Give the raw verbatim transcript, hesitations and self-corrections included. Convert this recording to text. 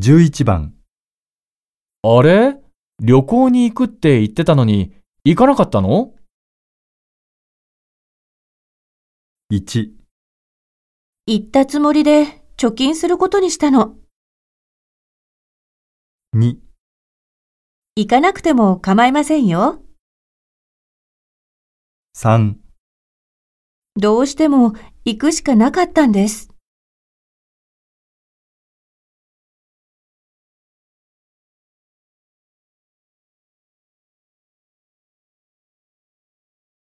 じゅういちばん。 あれ？旅行に行くって言ってたのに、行かなかったの？ いち、 行ったつもりで貯金することにしたの。 に、 行かなくても構いませんよ。 さん、 どうしても行くしかなかったんです。